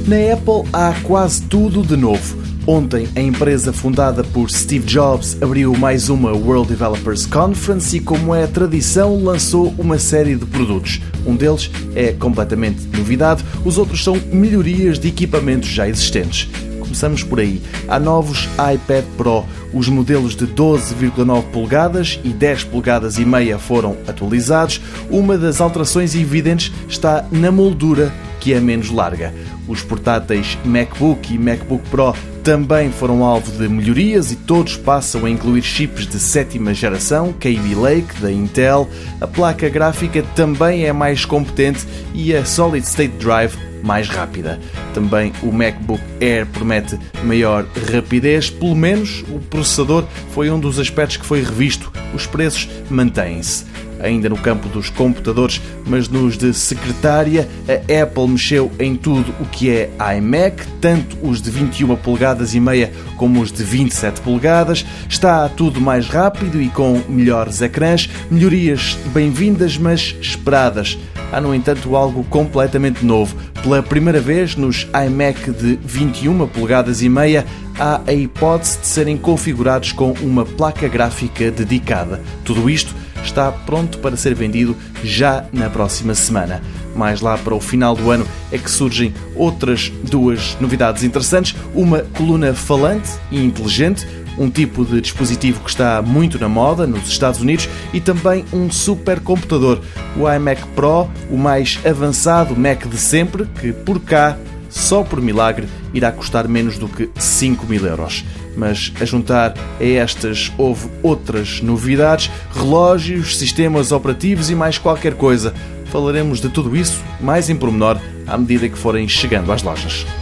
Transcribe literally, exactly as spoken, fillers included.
Na Apple há quase tudo de novo. Ontem, a empresa fundada por Steve Jobs abriu mais uma World Developers Conference e, como é tradição, lançou uma série de produtos. Um deles é completamente novidade, os outros são melhorias de equipamentos já existentes. Começamos por aí. Há novos iPad Pro. Os modelos de doze vírgula nove polegadas e dez polegadas e meia foram atualizados. Uma das alterações evidentes está na moldura, que é menos larga. Os portáteis MacBook e MacBook Pro também foram alvo de melhorias e todos passam a incluir chips de sétima geração, Kaby Lake, da Intel. A placa gráfica também é mais competente e a Solid State Drive mais rápida. Também o MacBook Air promete maior rapidez, pelo menos o processador foi um dos aspectos que foi revisto. Os preços mantêm-se. Ainda no campo dos computadores, mas nos de secretária, a Apple mexeu em tudo o que é iMac, tanto os de vinte e uma polegadas e meia como os de vinte e sete polegadas. Está tudo mais rápido e com melhores ecrãs, melhorias bem-vindas, mas esperadas. Há, no entanto, algo completamente novo. Pela primeira vez nos iMac de vinte e uma polegadas e meia, há a hipótese de serem configurados com uma placa gráfica dedicada. Tudo isto está pronto para ser vendido já na próxima semana. Mais lá para o final do ano é que surgem outras duas novidades interessantes. Uma coluna falante e inteligente, um tipo de dispositivo que está muito na moda nos Estados Unidos, e também um supercomputador, o iMac Pro, o mais avançado Mac de sempre, que por cá, só por milagre, irá custar menos do que cinco mil euros. Mas a juntar a estas houve outras novidades, relógios, sistemas operativos e mais qualquer coisa. Falaremos de tudo isso mais em pormenor à medida que forem chegando às lojas.